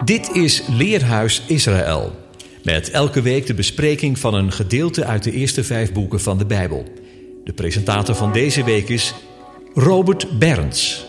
Dit is Leerhuis Israël. Met elke week de bespreking van een gedeelte uit de eerste 5 boeken van de Bijbel. De presentator van deze week is Robert Berends.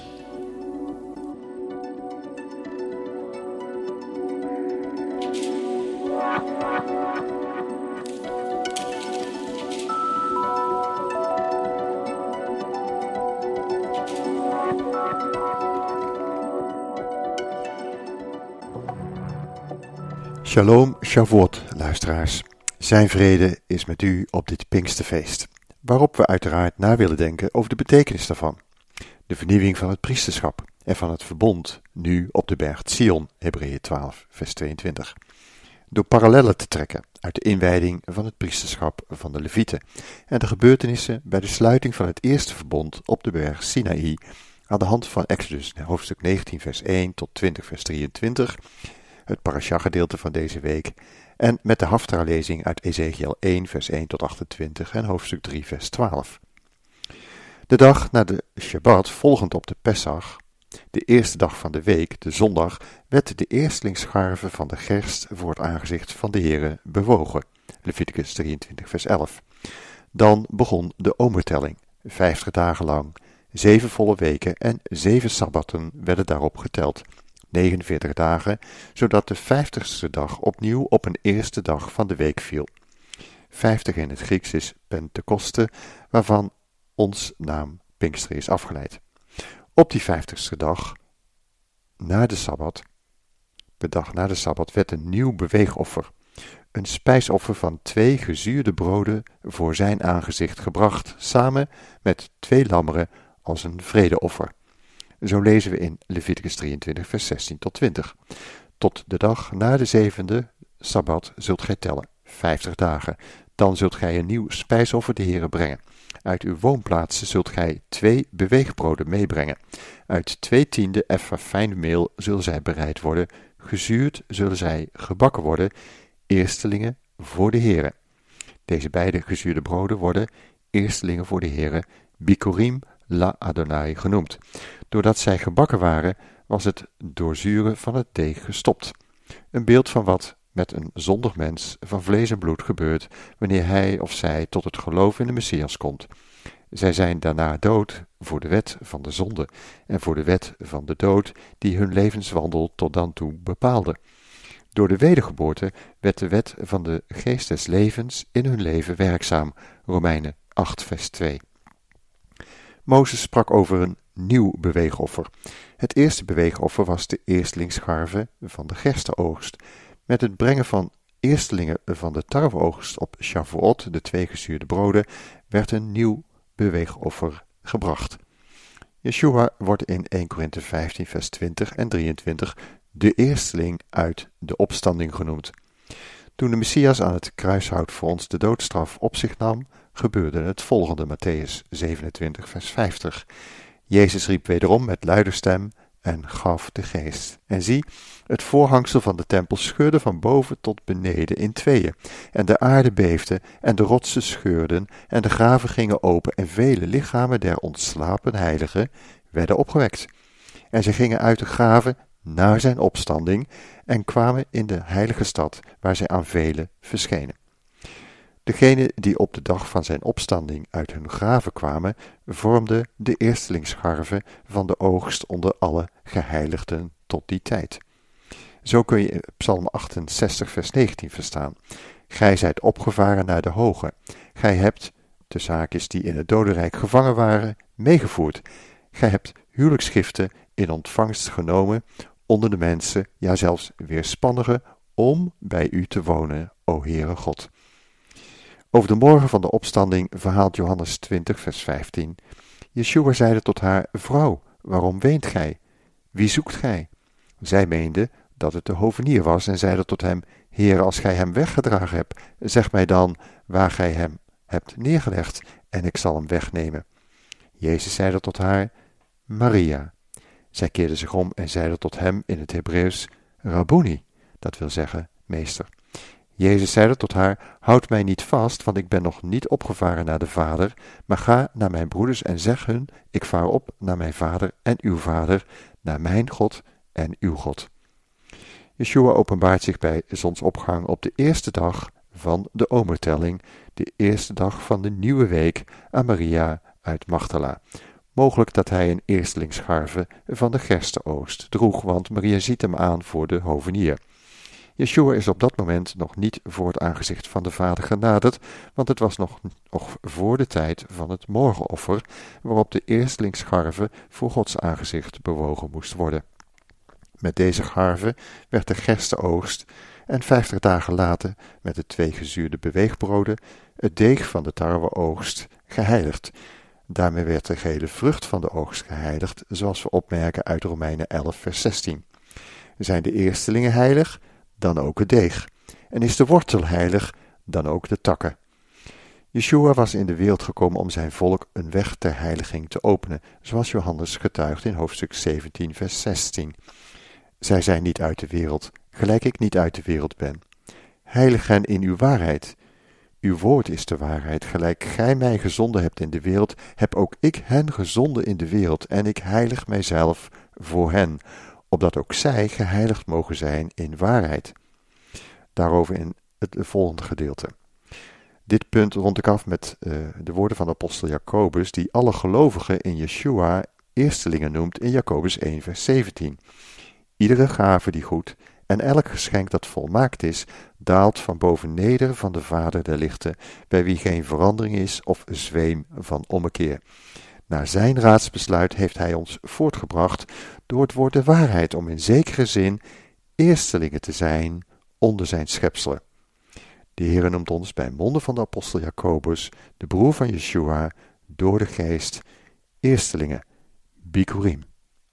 Shalom, Shavuot, luisteraars. Zijn vrede is met u op dit Pinksterfeest, waarop we uiteraard na willen denken over de betekenis daarvan. De vernieuwing van het priesterschap en van het verbond, nu op de berg Sion, Hebreeën 12, vers 22. Door parallellen te trekken uit de inwijding van het priesterschap van de Levieten en de gebeurtenissen bij de sluiting van het eerste verbond op de berg Sinaï aan de hand van Exodus, hoofdstuk 19, vers 1 tot 20, vers 23, het parasha-gedeelte van deze week, en met de Haftara-lezing uit Ezekiel 1, vers 1 tot 28 en hoofdstuk 3, vers 12. De dag na de Shabbat, volgend op de Pesach, de eerste dag van de week, de zondag, werd de eerstlingsscharve van de gerst voor het aangezicht van de Heere bewogen. Leviticus 23, vers 11. Dan begon de omertelling, 50 dagen lang, 7 volle weken en 7 sabbatten werden daarop geteld. 49 dagen, zodat de 50ste dag opnieuw op een eerste dag van de week viel. 50 in het Grieks is Pentekoste, waarvan ons naam Pinkster is afgeleid. Op die 50ste dag, na de Sabbat, de dag na de Sabbat, werd een nieuw beweegoffer, een spijsoffer van 2 gezuurde broden voor zijn aangezicht gebracht, samen met 2 lammeren als een vredeoffer. Zo lezen we in Leviticus 23, vers 16 tot 20. Tot de dag na de 7e Sabbat zult gij tellen, 50 dagen. Dan zult gij een nieuw spijsoffer de Heere brengen. Uit uw woonplaatsen zult gij 2 beweegbroden meebrengen. Uit 2/10 effa fijn meel zullen zij bereid worden. Gezuurd zullen zij gebakken worden, eerstelingen voor de Heere. Deze beide gezuurde broden worden eerstelingen voor de Heere, Bikurim La Adonai genoemd. Doordat zij gebakken waren, was het doorzuren van het deeg gestopt. Een beeld van wat met een zondig mens van vlees en bloed gebeurt wanneer hij of zij tot het geloof in de Messias komt. Zij zijn daarna dood voor de wet van de zonde en voor de wet van de dood die hun levenswandel tot dan toe bepaalde. Door de wedergeboorte werd de wet van de geest des levens in hun leven werkzaam. Romeinen 8, vers 2. Mozes sprak over een nieuw beweegoffer. Het eerste beweegoffer was de eerstlingsscharve van de gerstenoogst. Met het brengen van eerstelingen van de tarweoogst op Shavuot, de 2 gezuurde broden, werd een nieuw beweegoffer gebracht. Yeshua wordt in 1 Korinthe 15 vers 20 en 23 de eersteling uit de opstanding genoemd. Toen de Messias aan het kruishout voor ons de doodstraf op zich nam, gebeurde het volgende, Matthäus 27 vers 50. Jezus riep wederom met luide stem en gaf de geest. En zie, het voorhangsel van de tempel scheurde van boven tot beneden in tweeën. En de aarde beefde en de rotsen scheurden en de graven gingen open en vele lichamen der ontslapen heiligen werden opgewekt. En zij gingen uit de graven naar zijn opstanding en kwamen in de heilige stad waar zij aan velen verschenen. Degenen die op de dag van zijn opstanding uit hun graven kwamen, vormden de eerstlingsscharve van de oogst onder alle geheiligden tot die tijd. Zo kun je Psalm 68 vers 19 verstaan. Gij zijt opgevaren naar de hoge. Gij hebt, de zaakjes die in het dodenrijk gevangen waren, meegevoerd. Gij hebt huwelijksgiften in ontvangst genomen onder de mensen, ja zelfs weerspannigen, om bij u te wonen, o Heere God. Over de morgen van de opstanding verhaalt Johannes 20 vers 15. Yeshua zeide tot haar, vrouw, waarom weent gij? Wie zoekt gij? Zij meende dat het de hovenier was en zeide tot hem, Heere, als gij hem weggedragen hebt, zeg mij dan waar gij hem hebt neergelegd en ik zal hem wegnemen. Jezus zeide tot haar, Maria. Zij keerde zich om en zeide tot hem in het Hebreeuws, Rabboni, dat wil zeggen, meester. Jezus zeide tot haar, houd mij niet vast, want ik ben nog niet opgevaren naar de Vader, maar ga naar mijn broeders en zeg hun, ik vaar op naar mijn Vader en uw Vader, naar mijn God en uw God. Yeshua openbaart zich bij zonsopgang op de eerste dag van de omertelling, de eerste dag van de nieuwe week, aan Maria uit Magdala. Mogelijk dat hij een eerstelingsscharve van de gerstenoogst droeg, want Maria ziet hem aan voor de hovenier. Yeshua is op dat moment nog niet voor het aangezicht van de Vader genaderd, want het was nog voor de tijd van het morgenoffer, waarop de eerstelingsscharve voor Gods aangezicht bewogen moest worden. Met deze scharve werd de gerstenoogst en 50 dagen later met de 2 gezuurde beweegbroden het deeg van de tarweoogst geheiligd. Daarmee werd de gehele vrucht van de oogst geheiligd, zoals we opmerken uit Romeinen 11 vers 16. Zijn de eerstelingen heilig, dan ook het deeg. En is de wortel heilig, dan ook de takken. Yeshua was in de wereld gekomen om zijn volk een weg ter heiliging te openen, zoals Johannes getuigt in hoofdstuk 17 vers 16. Zij zijn niet uit de wereld, gelijk ik niet uit de wereld ben. Heilig hen in uw waarheid. Uw woord is de waarheid, gelijk gij mij gezonden hebt in de wereld, heb ook ik hen gezonden in de wereld, en ik heilig mijzelf voor hen, opdat ook zij geheiligd mogen zijn in waarheid. Daarover in het volgende gedeelte. Dit punt rond ik af met de woorden van de apostel Jacobus, die alle gelovigen in Yeshua eerstelingen noemt in Jacobus 1 vers 17. Iedere gave die goed en elk geschenk dat volmaakt is, daalt van boven neder van de Vader der lichten, bij wie geen verandering is of zweem van ommekeer. Naar zijn raadsbesluit heeft hij ons voortgebracht door het woord de waarheid, om in zekere zin eerstelingen te zijn onder zijn schepselen. De Heer noemt ons bij monden van de apostel Jacobus, de broer van Yeshua, door de geest, eerstelingen, bikurim.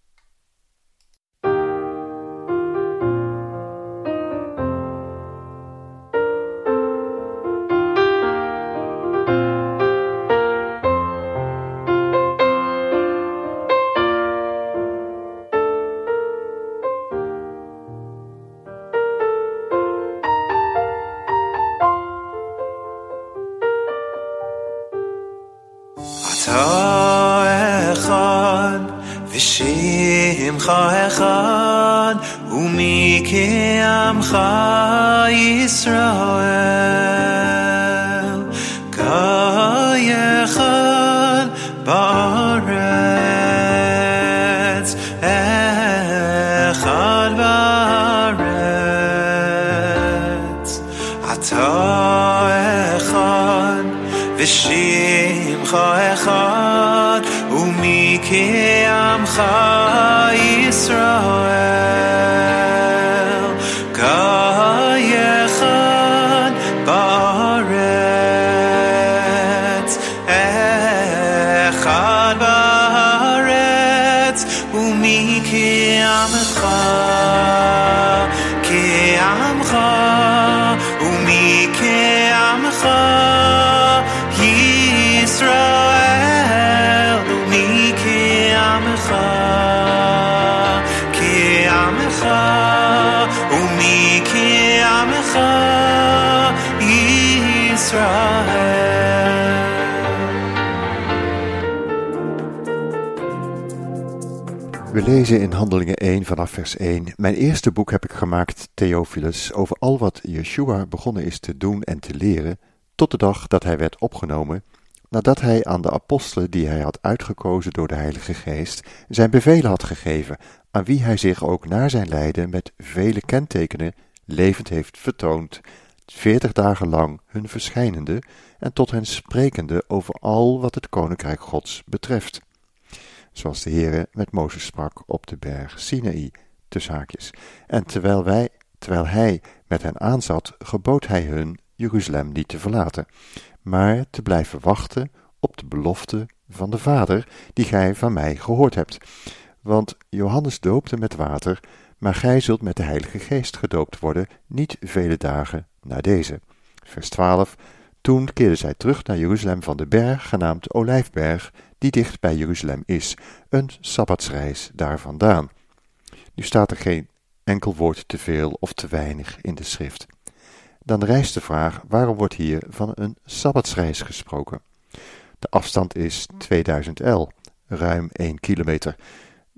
We lezen in Handelingen 1 vanaf vers 1. Mijn eerste boek heb ik gemaakt, Theophilus, over al wat Yeshua begonnen is te doen en te leren, tot de dag dat hij werd opgenomen, nadat hij aan de apostelen die hij had uitgekozen door de Heilige Geest, zijn bevelen had gegeven, aan wie hij zich ook na zijn lijden met vele kentekenen levend heeft vertoond, 40 dagen lang hun verschijnende en tot hen sprekende over al wat het koninkrijk Gods betreft. Zoals de Heere met Mozes sprak op de berg Sinaï, tussen haakjes. En terwijl hij met hen aanzat, gebood hij hun Jeruzalem niet te verlaten, maar te blijven wachten op de belofte van de Vader, die gij van mij gehoord hebt. Want Johannes doopte met water, maar gij zult met de Heilige Geest gedoopt worden, niet vele dagen na deze. Vers 12. Toen keerden zij terug naar Jeruzalem van de berg, genaamd Olijfberg, die dicht bij Jeruzalem is, een sabbatsreis daar vandaan. Nu staat er geen enkel woord te veel of te weinig in de schrift. Dan rijst de vraag, waarom wordt hier van een sabbatsreis gesproken? De afstand is 2000 el, ruim 1 kilometer.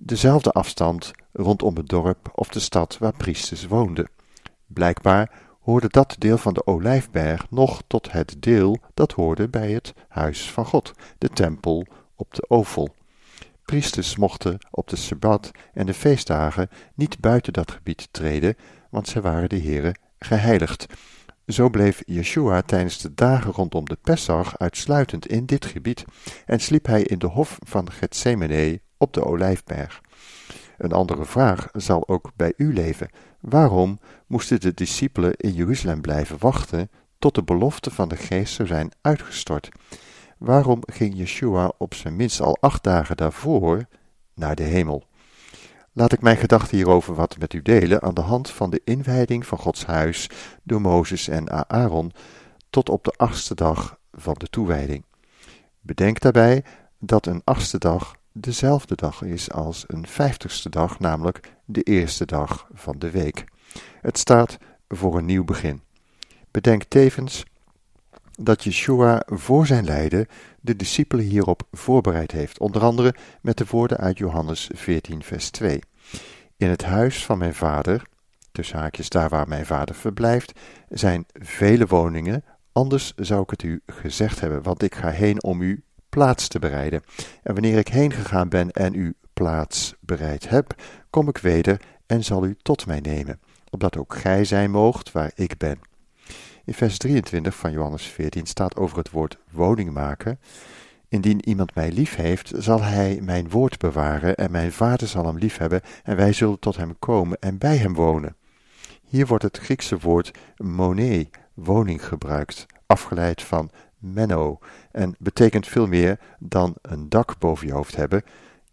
dezelfde afstand rondom het dorp of de stad waar priesters woonden. Blijkbaar hoorde dat deel van de Olijfberg nog tot het deel dat hoorde bij het huis van God, de tempel op de Ovel. Priesters mochten op de Sabbat en de feestdagen niet buiten dat gebied treden, want zij waren de Here geheiligd. Zo bleef Yeshua tijdens de dagen rondom de Pessach uitsluitend in dit gebied en sliep hij in de hof van Getsemane op de Olijfberg. Een andere vraag zal ook bij u leven. Waarom moesten de discipelen in Jeruzalem blijven wachten tot de belofte van de Geest zou zijn uitgestort? Waarom ging Yeshua op zijn minst al 8 dagen daarvoor naar de hemel? Laat ik mijn gedachten hierover wat met u delen aan de hand van de inwijding van Gods huis door Mozes en Aaron tot op de 8e dag van de toewijding. Bedenk daarbij dat een 8e dag dezelfde dag is als een 50ste dag, namelijk de eerste dag van de week. Het staat voor een nieuw begin. Bedenk tevens dat Yeshua voor zijn lijden de discipelen hierop voorbereid heeft, onder andere met de woorden uit Johannes 14 vers 2. In het huis van mijn vader, tussen haakjes daar waar mijn vader verblijft, zijn vele woningen, anders zou ik het u gezegd hebben, want ik ga heen om u plaats te bereiden. En wanneer ik heen gegaan ben en u plaats bereid heb, kom ik weder en zal u tot mij nemen, opdat ook gij zijn moogt waar ik ben. In vers 23 van Johannes 14 staat over het woord woning maken. Indien iemand mij lief heeft, zal hij mijn woord bewaren en mijn vader zal hem lief hebben en wij zullen tot hem komen en bij hem wonen. Hier wordt het Griekse woord monē, woning, gebruikt, afgeleid van menno en betekent veel meer dan een dak boven je hoofd hebben.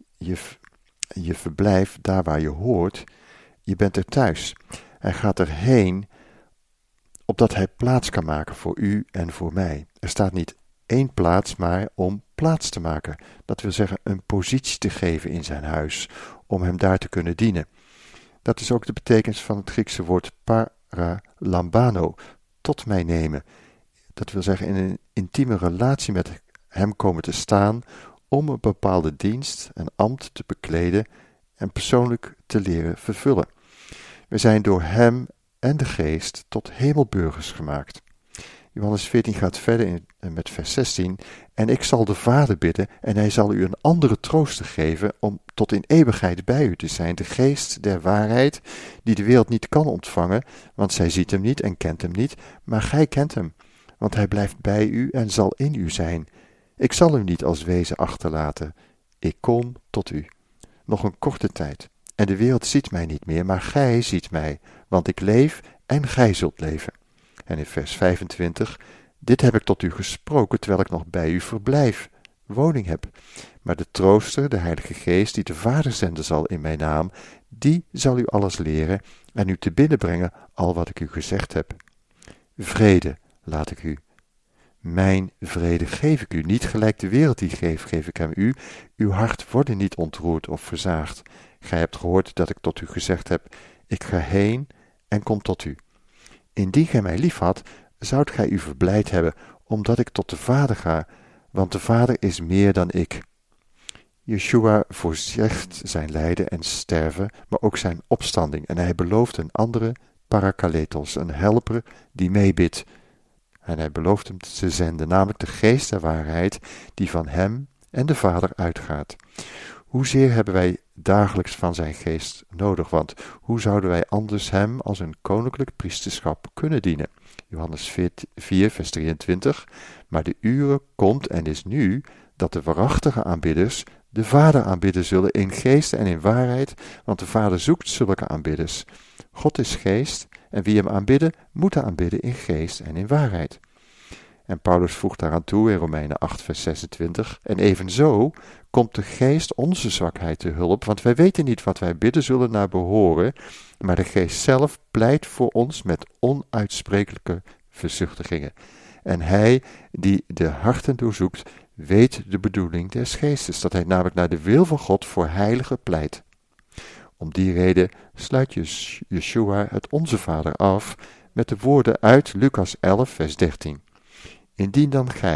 Je verblijft daar waar je hoort, je bent er thuis. Hij gaat erheen opdat hij plaats kan maken voor u en voor mij. Er staat niet 1 plaats, maar om plaats te maken. Dat wil zeggen een positie te geven in zijn huis, om hem daar te kunnen dienen. Dat is ook de betekenis van het Griekse woord paralambano, tot mij nemen. Dat wil zeggen in een intieme relatie met hem komen te staan, om een bepaalde dienst en ambt te bekleden en persoonlijk te leren vervullen. We zijn door hem en de Geest tot hemelburgers gemaakt. Johannes 14 gaat verder met vers 16. En ik zal de Vader bidden en hij zal u een andere trooster geven om tot in eeuwigheid bij u te zijn. De Geest der waarheid die de wereld niet kan ontvangen, want zij ziet hem niet en kent hem niet. Maar gij kent hem, want hij blijft bij u en zal in u zijn. Ik zal u niet als wezen achterlaten. Ik kom tot u. Nog een korte tijd. En de wereld ziet mij niet meer, maar gij ziet mij, want ik leef en gij zult leven. En in vers 25, dit heb ik tot u gesproken, terwijl ik nog bij u verblijf, woning heb. Maar de trooster, de Heilige Geest, die de Vader zenden zal in mijn naam, die zal u alles leren en u te binnen brengen al wat ik u gezegd heb. Vrede laat ik u. Mijn vrede geef ik u, niet gelijk de wereld die geeft, geef ik hem u. Uw hart worden niet ontroerd of verzaagd. Gij hebt gehoord dat ik tot u gezegd heb, ik ga heen en kom tot u. Indien gij mij lief had, zoudt gij u verblijd hebben, omdat ik tot de Vader ga, want de Vader is meer dan ik. Yeshua voorzegt zijn lijden en sterven, maar ook zijn opstanding, en hij belooft een andere parakletos, een helper die meebidt. En hij belooft hem te zenden, namelijk de Geest der waarheid, die van hem en de Vader uitgaat. Hoezeer hebben wij dagelijks van zijn Geest nodig, want hoe zouden wij anders hem als een koninklijk priesterschap kunnen dienen? Johannes 4, vers 23, maar de uren komt en is nu, dat de waarachtige aanbidders de Vader aanbidden zullen in geest en in waarheid, want de Vader zoekt zulke aanbidders. God is geest, en wie hem aanbidden, moet aanbidden in geest en in waarheid. En Paulus voegt daaraan toe in Romeinen 8 vers 26, en evenzo komt de Geest onze zwakheid te hulp, want wij weten niet wat wij bidden zullen naar behoren, maar de Geest zelf pleit voor ons met onuitsprekelijke verzuchtigingen. En hij die de harten doorzoekt, weet de bedoeling des Geestes, dat hij namelijk naar de wil van God voor heiligen pleit. Om die reden sluit Yeshua het Onze Vader af met de woorden uit Lucas 11 vers 13. Indien dan gij,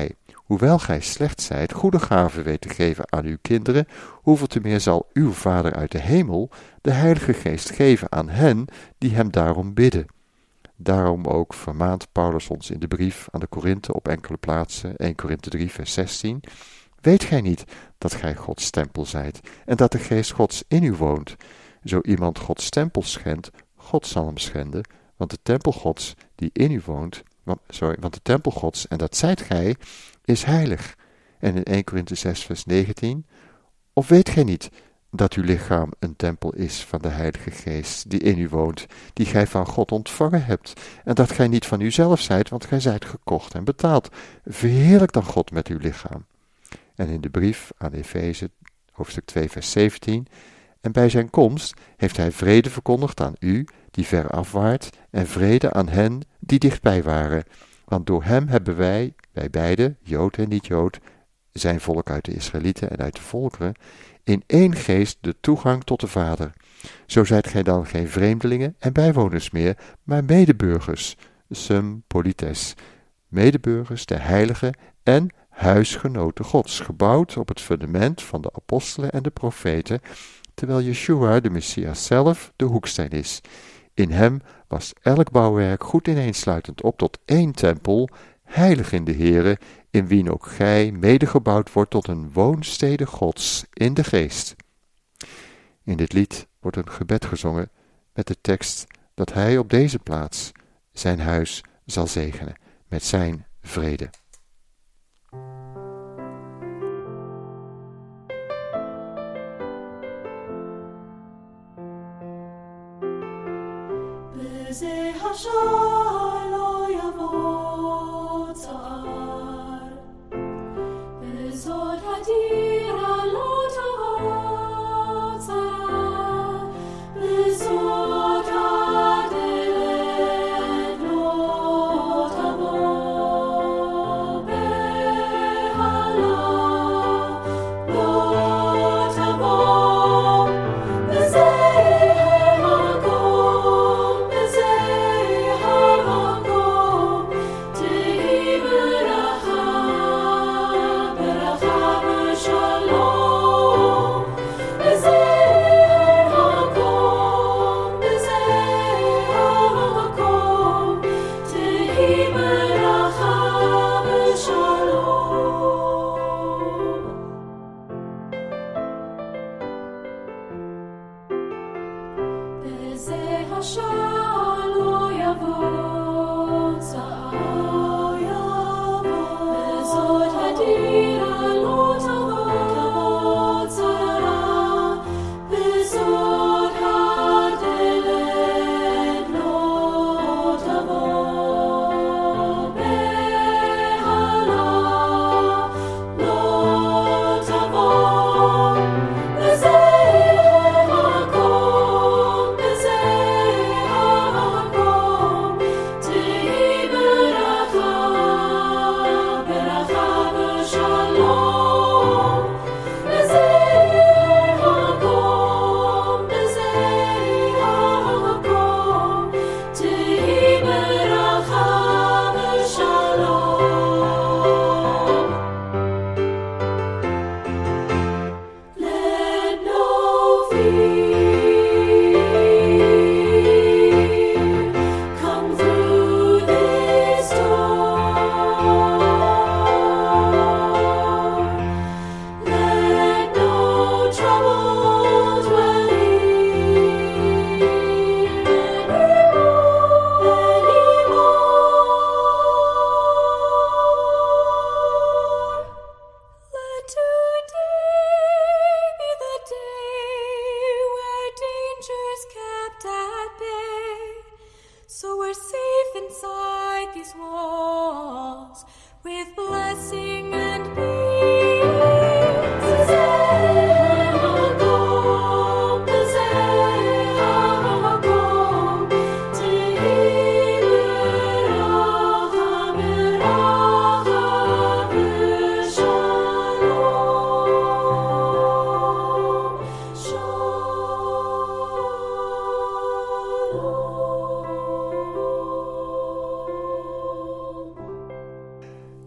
hoewel gij slecht zijt, goede gaven weet te geven aan uw kinderen, hoeveel te meer zal uw Vader uit de hemel de Heilige Geest geven aan hen die hem daarom bidden. Daarom ook vermaant Paulus ons in de brief aan de Korinthe op enkele plaatsen, 1 Korinthe 3 vers 16, weet gij niet dat gij Gods tempel zijt en dat de Geest Gods in u woont? Zo iemand Gods tempel schendt, God zal hem schenden, want de tempel Gods die in u woont, want de tempel Gods, en dat zijt gij, is heilig. En in 1 Korinthe 6 vers 19, of weet gij niet dat uw lichaam een tempel is van de Heilige Geest die in u woont, die gij van God ontvangen hebt, en dat gij niet van uzelf zijt, want gij zijt gekocht en betaald. Verheerlijk dan God met uw lichaam. En in de brief aan Efeze, hoofdstuk 2 vers 17, en bij zijn komst heeft hij vrede verkondigd aan u, die ver af waart, en vrede aan hen die dichtbij waren. Want door hem hebben wij beiden, Jood en niet-Jood, zijn volk uit de Israëlieten en uit de volkeren, in één geest de toegang tot de Vader. Zo zijt gij dan geen vreemdelingen en bijwoners meer, maar medeburgers, sum polites, medeburgers der heiligen en huisgenoten Gods, gebouwd op het fundament van de apostelen en de profeten, terwijl Yeshua, de Messias zelf, de hoeksteen is. In hem was elk bouwwerk goed ineensluitend op tot één tempel, heilig in de Here, in wien ook gij medegebouwd wordt tot een woonstede Gods in de geest. In dit lied wordt een gebed gezongen met de tekst dat hij op deze plaats zijn huis zal zegenen met zijn vrede.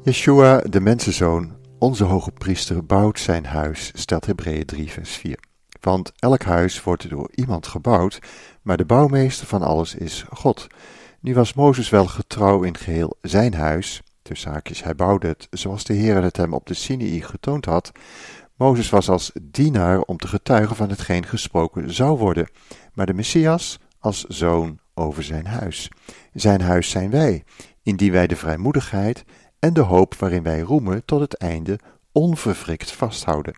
Yeshua, de mensenzoon, onze hoge priester, bouwt zijn huis, stelt Hebreeën 3 vers 4. Want elk huis wordt door iemand gebouwd, maar de bouwmeester van alles is God. Nu was Mozes wel getrouw in geheel zijn huis, tussen haakjes, hij bouwde het zoals de Heer het hem op de Sinaï getoond had. Mozes was als dienaar om te getuigen van hetgeen gesproken zou worden, maar de Messias als zoon over zijn huis. Zijn huis zijn wij, indien wij de vrijmoedigheid en de hoop waarin wij roemen tot het einde onverwrikt vasthouden.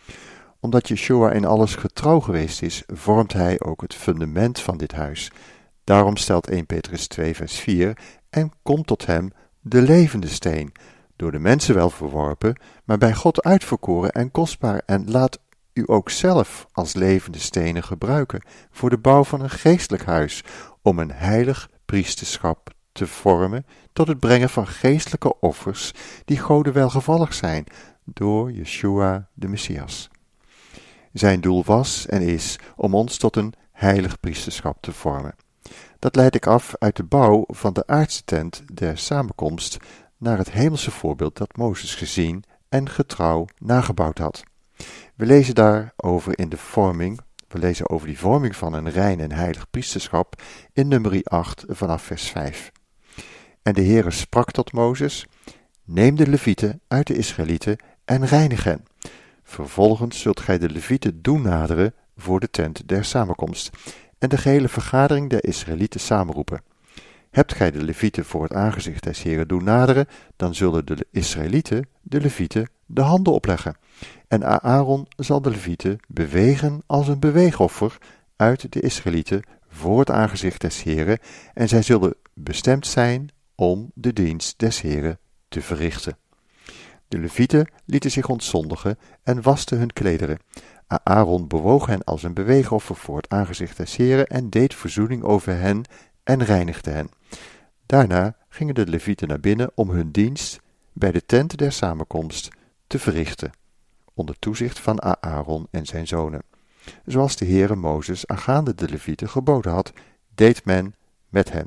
Omdat Yeshua in alles getrouw geweest is, vormt hij ook het fundament van dit huis. Daarom stelt 1 Petrus 2 vers 4, en komt tot hem de levende steen, door de mensen wel verworpen, maar bij God uitverkoren en kostbaar, en laat u ook zelf als levende stenen gebruiken voor de bouw van een geestelijk huis, om een heilig priesterschap te vormen tot het brengen van geestelijke offers die Gode welgevallig zijn door Yeshua de Messias. Zijn doel was en is om ons tot een heilig priesterschap te vormen. Dat leid ik af uit de bouw van de aardse tent der samenkomst naar het hemelse voorbeeld dat Mozes gezien en getrouw nagebouwd had. We lezen daarover in de vorming, over die vorming van een rein en heilig priesterschap in Numeri 8 vanaf vers 5. En de Heere sprak tot Mozes: neem de levieten uit de Israëlieten en reinig hen. Vervolgens zult gij de levieten doen naderen voor de tent der samenkomst en de gehele vergadering der Israëlieten samenroepen. Hebt gij de levieten voor het aangezicht des Heeren doen naderen, dan zullen de Israëlieten de levieten de handen opleggen. En Aaron zal de levieten bewegen als een beweegoffer uit de Israëlieten voor het aangezicht des Heeren, en zij zullen bestemd zijn om de dienst des Heeren te verrichten. De levieten lieten zich ontzondigen en wasten hun klederen. Aaron bewoog hen als een beweegoffer voor het aangezicht des Heeren en deed verzoening over hen en reinigde hen. Daarna gingen de levieten naar binnen om hun dienst bij de tent der samenkomst te verrichten, onder toezicht van Aaron en zijn zonen. Zoals de Heere Mozes aangaande de levieten geboden had, deed men met hen.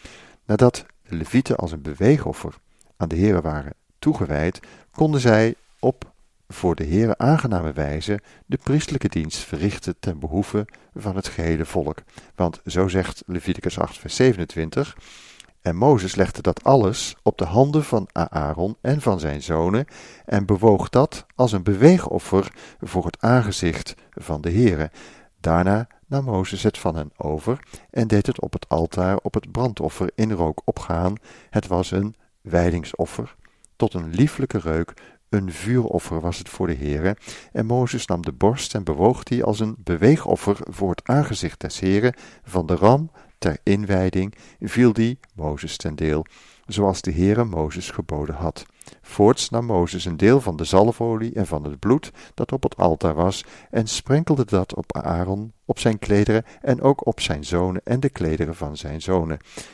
Nadat de levieten als een beweegoffer aan de Heere waren toegewijd, konden zij op voor de Heere aangename wijze de priestelijke dienst verrichten ten behoeve van het gehele volk. Want zo zegt Leviticus 8 vers 27, en Mozes legde dat alles op de handen van Aaron en van zijn zonen en bewoog dat als een beweegoffer voor het aangezicht van de Heere. Daarna nam Mozes het van hen over en deed het op het altaar op het brandoffer in rook opgaan. Het was een wijdingsoffer tot een lieflijke reuk. Een vuuroffer was het voor de Heere, en Mozes nam de borst en bewoog die als een beweegoffer voor het aangezicht des Heere. Van de ram ter inwijding viel die Mozes ten deel, zoals de Heere Mozes geboden had. Voorts nam Mozes een deel van de zalfolie en van het bloed dat op het altaar was, en sprenkelde dat op Aaron, op zijn klederen, en ook op zijn zonen en de klederen van zijn zonen.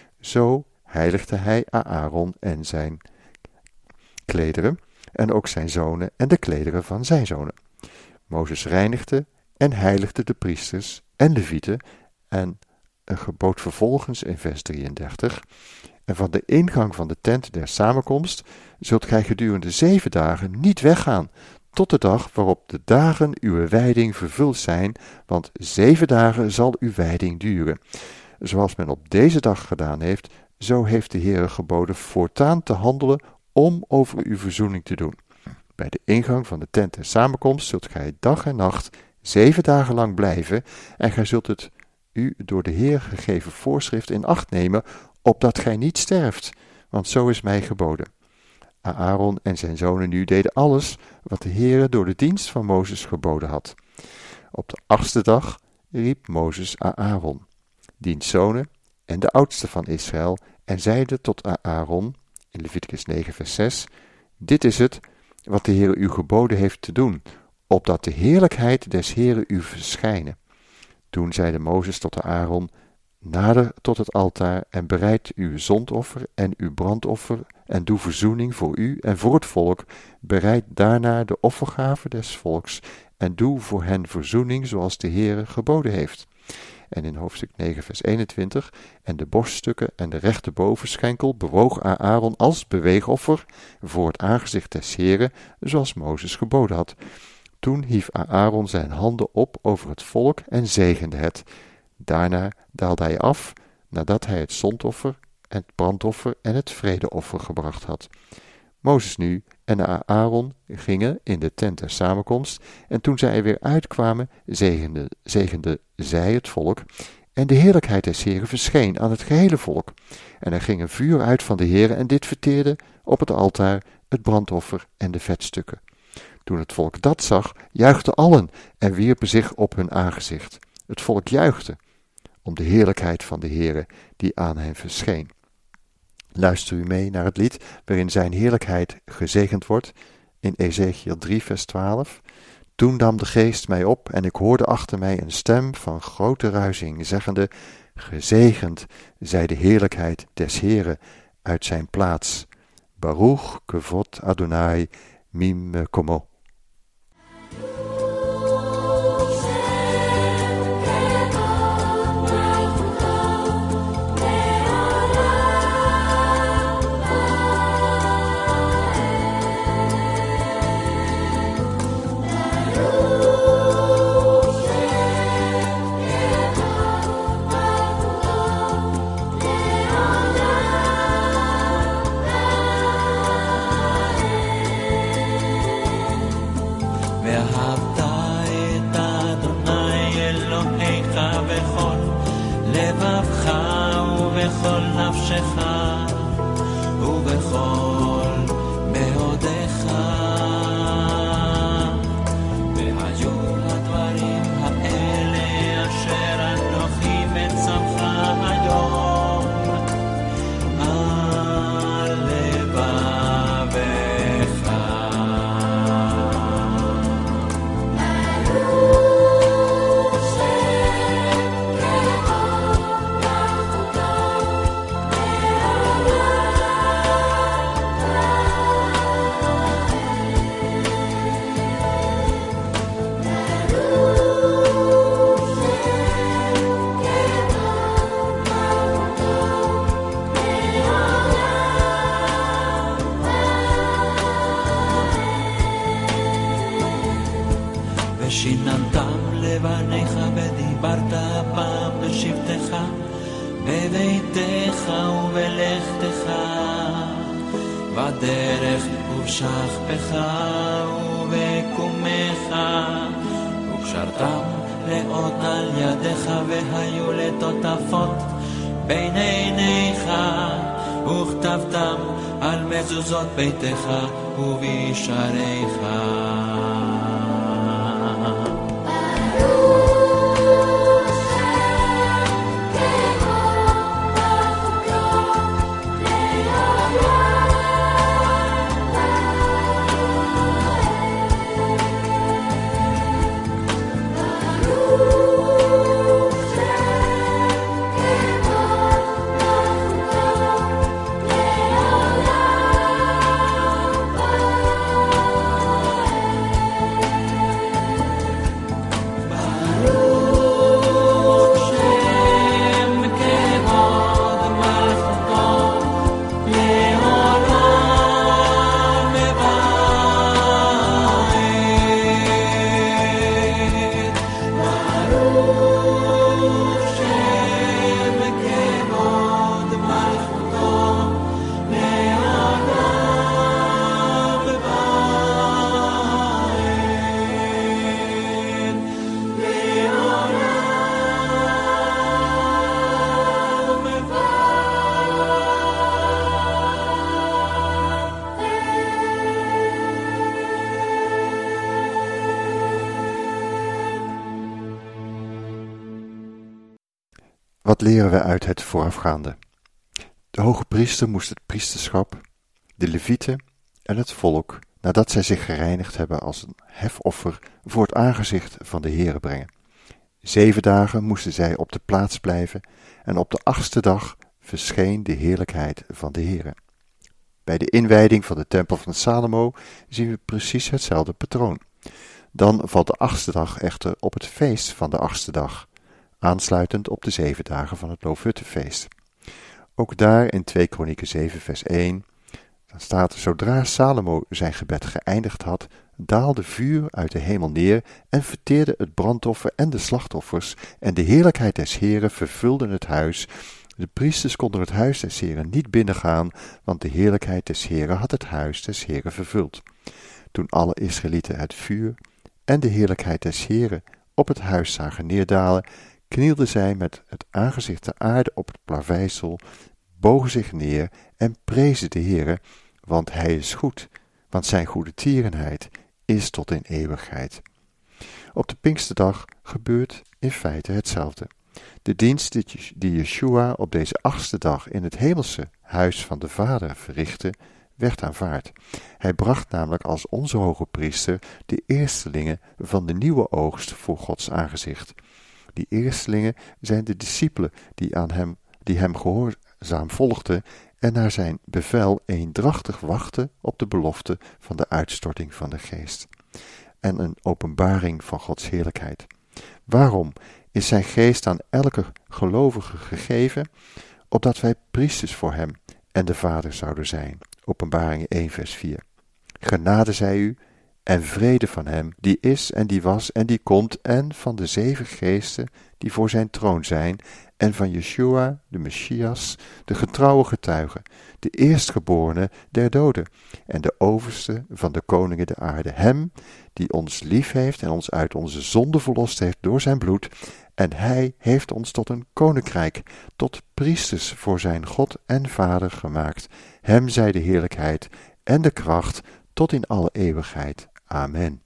Zo heiligde hij Aaron en zijn klederen, en ook zijn zonen en de klederen van zijn zonen. Mozes reinigde en heiligde de priesters en levieten en gebood vervolgens in vers 33, en van de ingang van de tent der samenkomst zult gij gedurende 7 dagen niet weggaan, tot de dag waarop de dagen uw wijding vervuld zijn, want 7 dagen zal uw wijding duren. Zoals men op deze dag gedaan heeft, zo heeft de Heere geboden voortaan te handelen om over uw verzoening te doen. Bij de ingang van de tent der samenkomst zult gij dag en nacht 7 dagen lang blijven, en gij zult het u door de Heer gegeven voorschrift in acht nemen, opdat gij niet sterft, want zo is mij geboden. Aaron en zijn zonen nu deden alles wat de Heere door de dienst van Mozes geboden had. Op de 8e dag riep Mozes Aaron, diens zonen en de oudste van Israël, en zeide tot Aaron, in Leviticus 9 vers 6, dit is het wat de Heere u geboden heeft te doen, opdat de heerlijkheid des Heere u verschijne. Toen zeide Mozes tot Aaron, nader tot het altaar en bereid uw zondoffer en uw brandoffer en doe verzoening voor u en voor het volk. Bereid daarna de offergave des volks en doe voor hen verzoening zoals de Heere geboden heeft. En in hoofdstuk 9 vers 21, en de borststukken en de rechterbovenschenkel bewoog Aaron als beweegoffer voor het aangezicht des Heren, zoals Mozes geboden had. Toen hief Aaron zijn handen op over het volk en zegende het. Daarna daalde hij af, nadat hij het zondoffer, het brandoffer en het vredeoffer gebracht had. Mozes nu en Aaron gingen in de tent der samenkomst, en toen zij er weer uitkwamen, zegende zij het volk, en de heerlijkheid des Heren verscheen aan het gehele volk. En er ging een vuur uit van de Heren, en dit verteerde op het altaar het brandoffer en de vetstukken. Toen het volk dat zag, juichten allen en wierpen zich op hun aangezicht. Het volk juichte om de heerlijkheid van de Heere die aan hen verscheen. Luister u mee naar het lied waarin zijn heerlijkheid gezegend wordt in Ezekiel 3 vers 12. Toen nam de geest mij op en ik hoorde achter mij een stem van grote ruizing, zeggende: gezegend zij de heerlijkheid des Heeren uit zijn plaats. Baruch kevod Adonai mimkomo. ובכל נפשך ובכל מאודך והיו הדברים האלה אשר אנוכי מצווך היום על לבבך ושיננתם לבניך ודיברת הפעם בשבתך בביתך ובלכתך בדרך ובשכבך ובקומך וקשרתם לאות על ידיך והיו לטוטפות בין עיניך וכתבתם על מזוזות ביתך ובישריך Wat leren we uit het voorafgaande? De hoge priester moest het priesterschap, de levieten en het volk, nadat zij zich gereinigd hebben als een hefoffer, voor het aangezicht van de Heere brengen. 7 dagen moesten zij op de plaats blijven en op de 8e dag verscheen de heerlijkheid van de Heere. Bij de inwijding van de tempel van Salomo zien we precies hetzelfde patroon. Dan valt de 8e dag echter op het feest van de 8e dag, aansluitend op de 7 dagen van het Loofhuttenfeest. Ook daar in 2 Kronieken 7 vers 1, dan staat: zodra Salomo zijn gebed geëindigd had, daalde vuur uit de hemel neer en verteerde het brandoffer en de slachtoffers, en de heerlijkheid des Heren vervulde het huis. De priesters konden het huis des Heren niet binnengaan, want de heerlijkheid des Heren had het huis des Heren vervuld. Toen alle Israëlieten het vuur en de heerlijkheid des Heren op het huis zagen neerdalen, knielden zij met het aangezicht ter aarde op het plaveisel, bogen zich neer en prezen de Heere, want hij is goed, want zijn goedertierenheid is tot in eeuwigheid. Op de Pinksterdag gebeurt in feite hetzelfde. De dienst die Yeshua op deze 8e dag in het hemelse huis van de Vader verrichtte, werd aanvaard. Hij bracht namelijk als onze hoge priester de eerstelingen van de nieuwe oogst voor Gods aangezicht. Die eerstelingen zijn de discipelen die hem gehoorzaam volgden en naar zijn bevel eendrachtig wachten op de belofte van de uitstorting van de Geest en een openbaring van Gods heerlijkheid. Waarom is zijn Geest aan elke gelovige gegeven? Opdat wij priesters voor hem en de Vader zouden zijn. Openbaring 1 vers 4. Genade zij u en vrede van hem, die is en die was en die komt, en van de 7 geesten die voor zijn troon zijn, en van Yeshua, de Messias, de getrouwe getuige, de eerstgeborene der doden, en de overste van de koningen der aarde, hem die ons lief heeft en ons uit onze zonde verlost heeft door zijn bloed, en hij heeft ons tot een koninkrijk, tot priesters voor zijn God en Vader gemaakt. Hem zij de heerlijkheid en de kracht tot in alle eeuwigheid. Amen.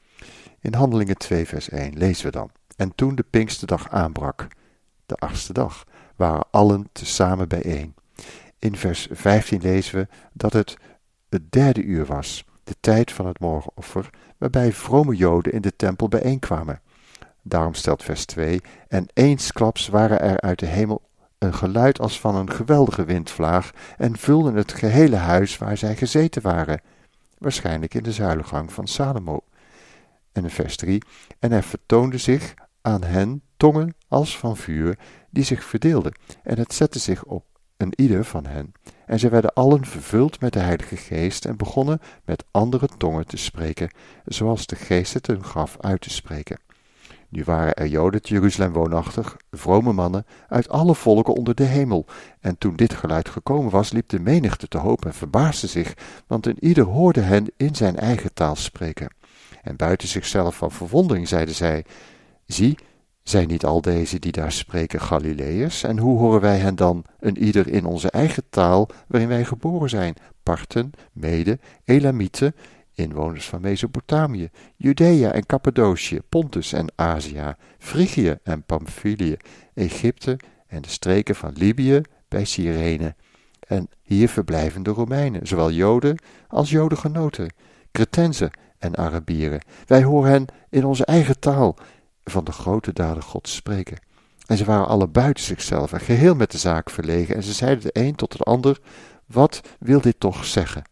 In Handelingen 2 vers 1 lezen we dan: en toen de Pinksterdag aanbrak, de 8e dag, waren allen tezamen bijeen. In vers 15 lezen we dat het 3e uur was, de tijd van het morgenoffer, waarbij vrome Joden in de tempel bijeenkwamen. Daarom stelt vers 2: en eensklaps waren er uit de hemel een geluid als van een geweldige windvlaag en vulden het gehele huis waar zij gezeten waren, waarschijnlijk in de zuilengang van Salomo. En in vers 3: en er vertoonde zich aan hen tongen als van vuur, die zich verdeelden, en het zette zich op een ieder van hen. En zij werden allen vervuld met de Heilige Geest en begonnen met andere tongen te spreken, zoals de Geest het hun gaf uit te spreken. Nu waren er Joden te Jeruzalem woonachtig, vrome mannen, uit alle volken onder de hemel. En toen dit geluid gekomen was, liep de menigte te hoop en verbaasde zich, want een ieder hoorde hen in zijn eigen taal spreken. En buiten zichzelf van verwondering zeiden zij: zie, zijn niet al deze die daar spreken Galileërs? En hoe horen wij hen dan, een ieder in onze eigen taal, waarin wij geboren zijn? Parten, Meden, Elamieten, inwoners van Mesopotamië, Judea en Cappadocië, Pontus en Azië, Frigië en Pamphylië, Egypte en de streken van Libië bij Cyrene, en hier verblijvende Romeinen, zowel Joden als Jodengenoten, Cretenzen en Arabieren. Wij horen hen in onze eigen taal van de grote daden Gods spreken. En ze waren alle buiten zichzelf en geheel met de zaak verlegen, en ze zeiden de een tot de ander: wat wil dit toch zeggen?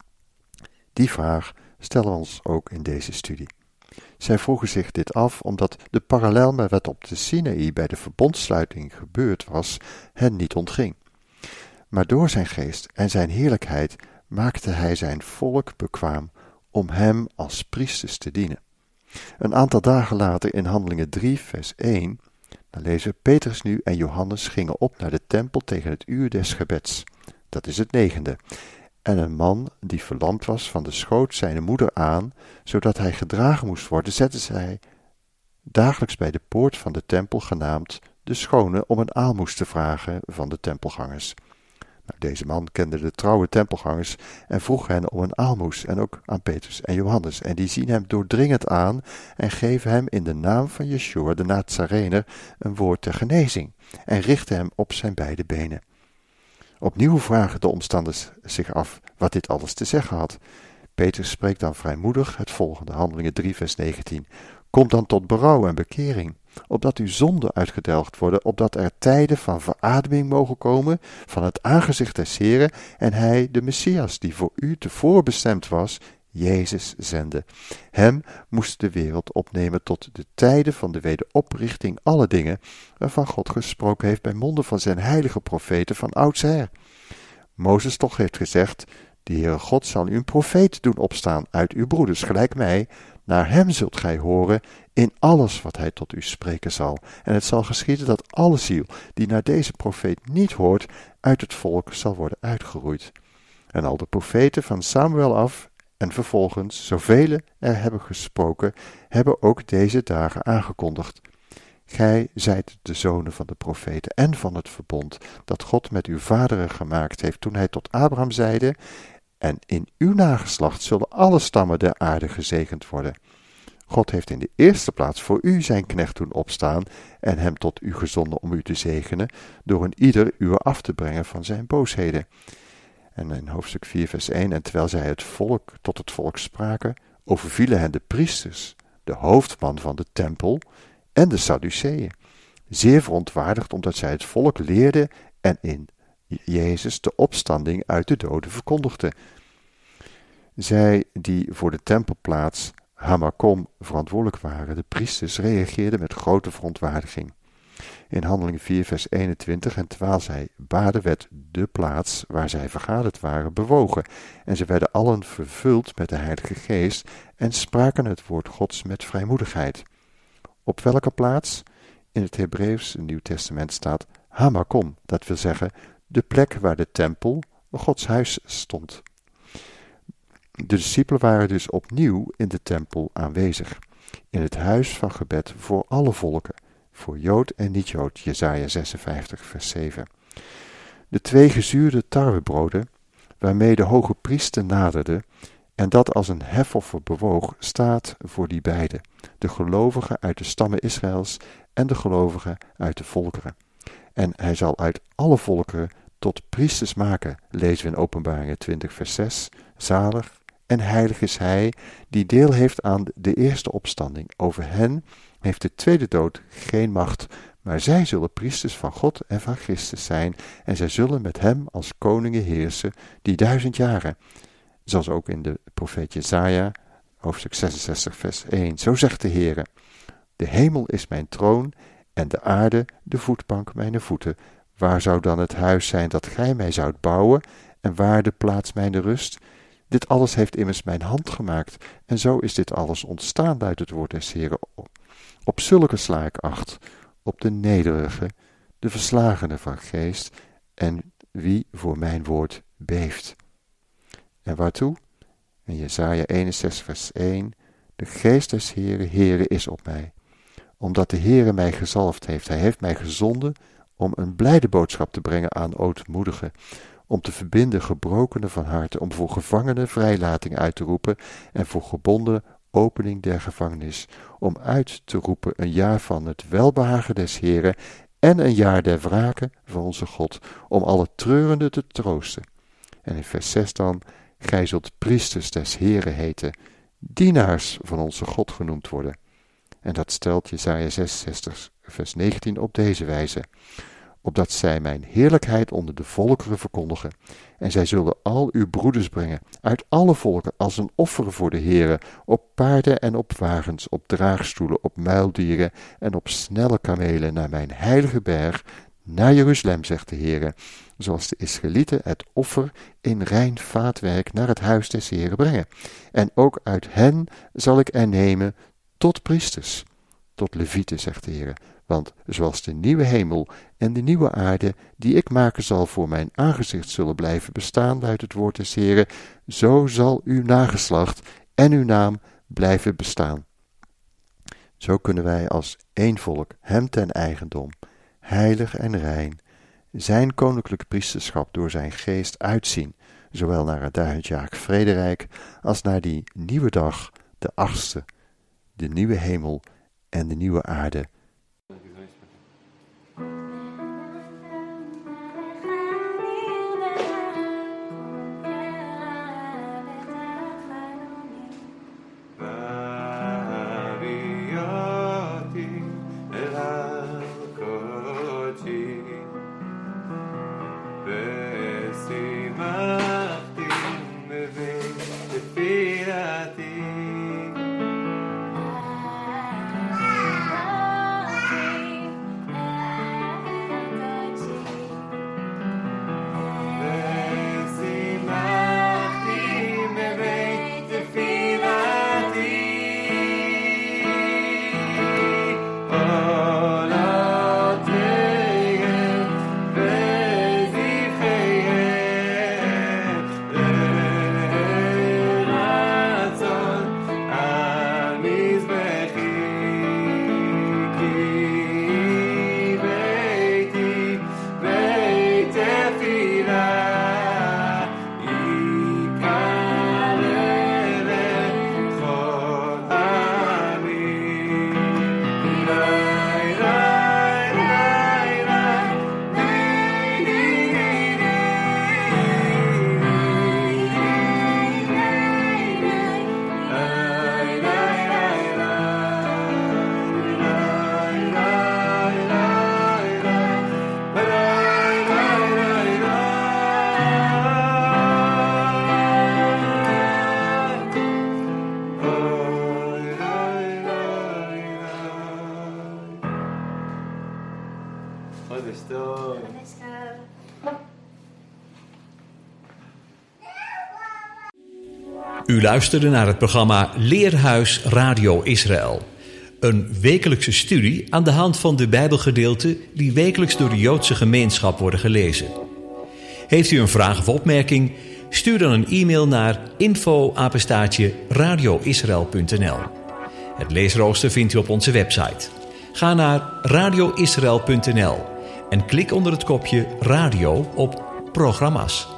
Die vraag stellen we ons ook in deze studie. Zij vroegen zich dit af omdat de parallel met wat op de Sinaï bij de verbondsluiting gebeurd was, hen niet ontging. Maar door zijn geest en zijn heerlijkheid maakte hij zijn volk bekwaam om hem als priesters te dienen. Een aantal dagen later in Handelingen 3 vers 1, dan lezen we: Petrus nu en Johannes gingen op naar de tempel tegen het uur des gebeds. Dat is het 9e. En een man die verlamd was van de schoot zijner moeder aan, zodat hij gedragen moest worden, zette zij dagelijks bij de poort van de tempel genaamd de Schone om een aalmoes te vragen van de tempelgangers. Nou, deze man kende de trouwe tempelgangers en vroeg hen om een aalmoes, en ook aan Petrus en Johannes. En die zien hem doordringend aan en geven hem in de naam van Yeshua de Nazarener een woord ter genezing en richten hem op zijn beide benen. Opnieuw vragen de omstanders zich af wat dit alles te zeggen had. Petrus spreekt dan vrijmoedig het volgende, Handelingen 3 vers 19. Kom dan tot berouw en bekering, opdat uw zonden uitgedelgd worden, opdat er tijden van verademing mogen komen van het aangezicht des Heren, en hij, de Messias, die voor u tevoren bestemd was, Jezus zenden. Hem moest de wereld opnemen tot de tijden van de wederoprichting alle dingen, waarvan God gesproken heeft bij monden van zijn heilige profeten van oudsher. Mozes toch heeft gezegd, de Heere God zal u een profeet doen opstaan uit uw broeders, gelijk mij. Naar hem zult gij horen in alles wat hij tot u spreken zal. En het zal geschieden dat alle ziel die naar deze profeet niet hoort, uit het volk zal worden uitgeroeid. En al de profeten van Samuel af en vervolgens, zoveel er hebben gesproken, hebben ook deze dagen aangekondigd. Gij zijt de zonen van de profeten en van het verbond dat God met uw vaderen gemaakt heeft toen hij tot Abraham zeide, en in uw nageslacht zullen alle stammen der aarde gezegend worden. God heeft in de eerste plaats voor u zijn knecht doen opstaan en hem tot u gezonden om u te zegenen, door een ieder u af te brengen van zijn boosheden. En in hoofdstuk 4 vers 1, en terwijl zij tot het volk spraken, overvielen hen de priesters, de hoofdman van de tempel en de Sadduceeën, zeer verontwaardigd omdat zij het volk leerden en in Jezus de opstanding uit de doden verkondigden. Zij die voor de tempelplaats Hamakom verantwoordelijk waren, de priesters, reageerden met grote verontwaardiging. In Handelingen 4 vers 21, en terwijl zij baden werd de plaats waar zij vergaderd waren bewogen, en ze werden allen vervuld met de Heilige Geest en spraken het woord Gods met vrijmoedigheid. Op welke plaats? In het Hebreeuws Nieuw Testament staat Hamakom, dat wil zeggen de plek waar de tempel, Gods huis, stond. De discipelen waren dus opnieuw in de tempel aanwezig, in het huis van gebed voor alle volken, voor Jood en niet-Jood, Jesaja 56 vers 7. De 2 gezuurde tarwebroden, waarmee de hoge priester naderde, en dat als een hefoffer bewoog, staat voor die beide, de gelovigen uit de stammen Israëls en de gelovigen uit de volkeren. En hij zal uit alle volkeren tot priesters maken, lezen we in Openbaringen 20 vers 6, zalig en heilig is hij die deel heeft aan de eerste opstanding. Over hen heeft de tweede dood geen macht, maar zij zullen priesters van God en van Christus zijn, en zij zullen met hem als koningen heersen die 1000 jaren. Zoals ook in de profeet Jesaja, hoofdstuk 66 vers 1. Zo zegt de Heere, de hemel is mijn troon en de aarde de voetbank mijner voeten. Waar zou dan het huis zijn dat gij mij zoudt bouwen, en waar de plaats mijner rust? Dit alles heeft immers mijn hand gemaakt, en zo is dit alles ontstaan uit het woord des Heeren. Op zulke sla ik acht, op de nederige, de verslagene van geest, en wie voor mijn woord beeft. En waartoe? In Jesaja 61 vers 1, de geest des Heeren is op mij, omdat de Heere mij gezalfd heeft. Hij heeft mij gezonden om een blijde boodschap te brengen aan ootmoedigen, om te verbinden gebrokenen van harte, om voor gevangenen vrijlating uit te roepen en voor gebonden opening der gevangenis, om uit te roepen een jaar van het welbehagen des Heeren en een jaar der wrake van onze God, om alle treurenden te troosten. En in vers 6 dan, gij zult priesters des Heeren heten, dienaars van onze God genoemd worden. En dat stelt Jesaja 66 vers 19 op deze wijze, opdat zij mijn heerlijkheid onder de volkeren verkondigen. En zij zullen al uw broeders brengen, uit alle volken, als een offer voor de Heere, op paarden en op wagens, op draagstoelen, op muildieren en op snelle kamelen, naar mijn heilige berg, naar Jeruzalem, zegt de Heere, zoals de Israëlieten het offer in rein vaatwerk naar het huis des Heeren brengen. En ook uit hen zal ik er nemen tot priesters, tot levieten, zegt de Heere. Want zoals de nieuwe hemel en de nieuwe aarde, die ik maken zal voor mijn aangezicht, zullen blijven bestaan uit het woord des Heeren, zo zal uw nageslacht en uw naam blijven bestaan. Zo kunnen wij als één volk hem ten eigendom, heilig en rein, zijn koninklijk priesterschap door zijn geest uitzien, zowel naar het 1000-jarig vrederijk als naar die nieuwe dag, de 8e, de nieuwe hemel en de nieuwe aarde. Tefila U luisterde naar het programma Leerhuis Radio Israël. Een wekelijkse studie aan de hand van de Bijbelgedeelten die wekelijks door de Joodse gemeenschap worden gelezen. Heeft u een vraag of opmerking? Stuur dan een e-mail naar info@radioisrael.nl. Het leesrooster vindt u op onze website. Ga naar radioisrael.nl en klik onder het kopje Radio op Programma's.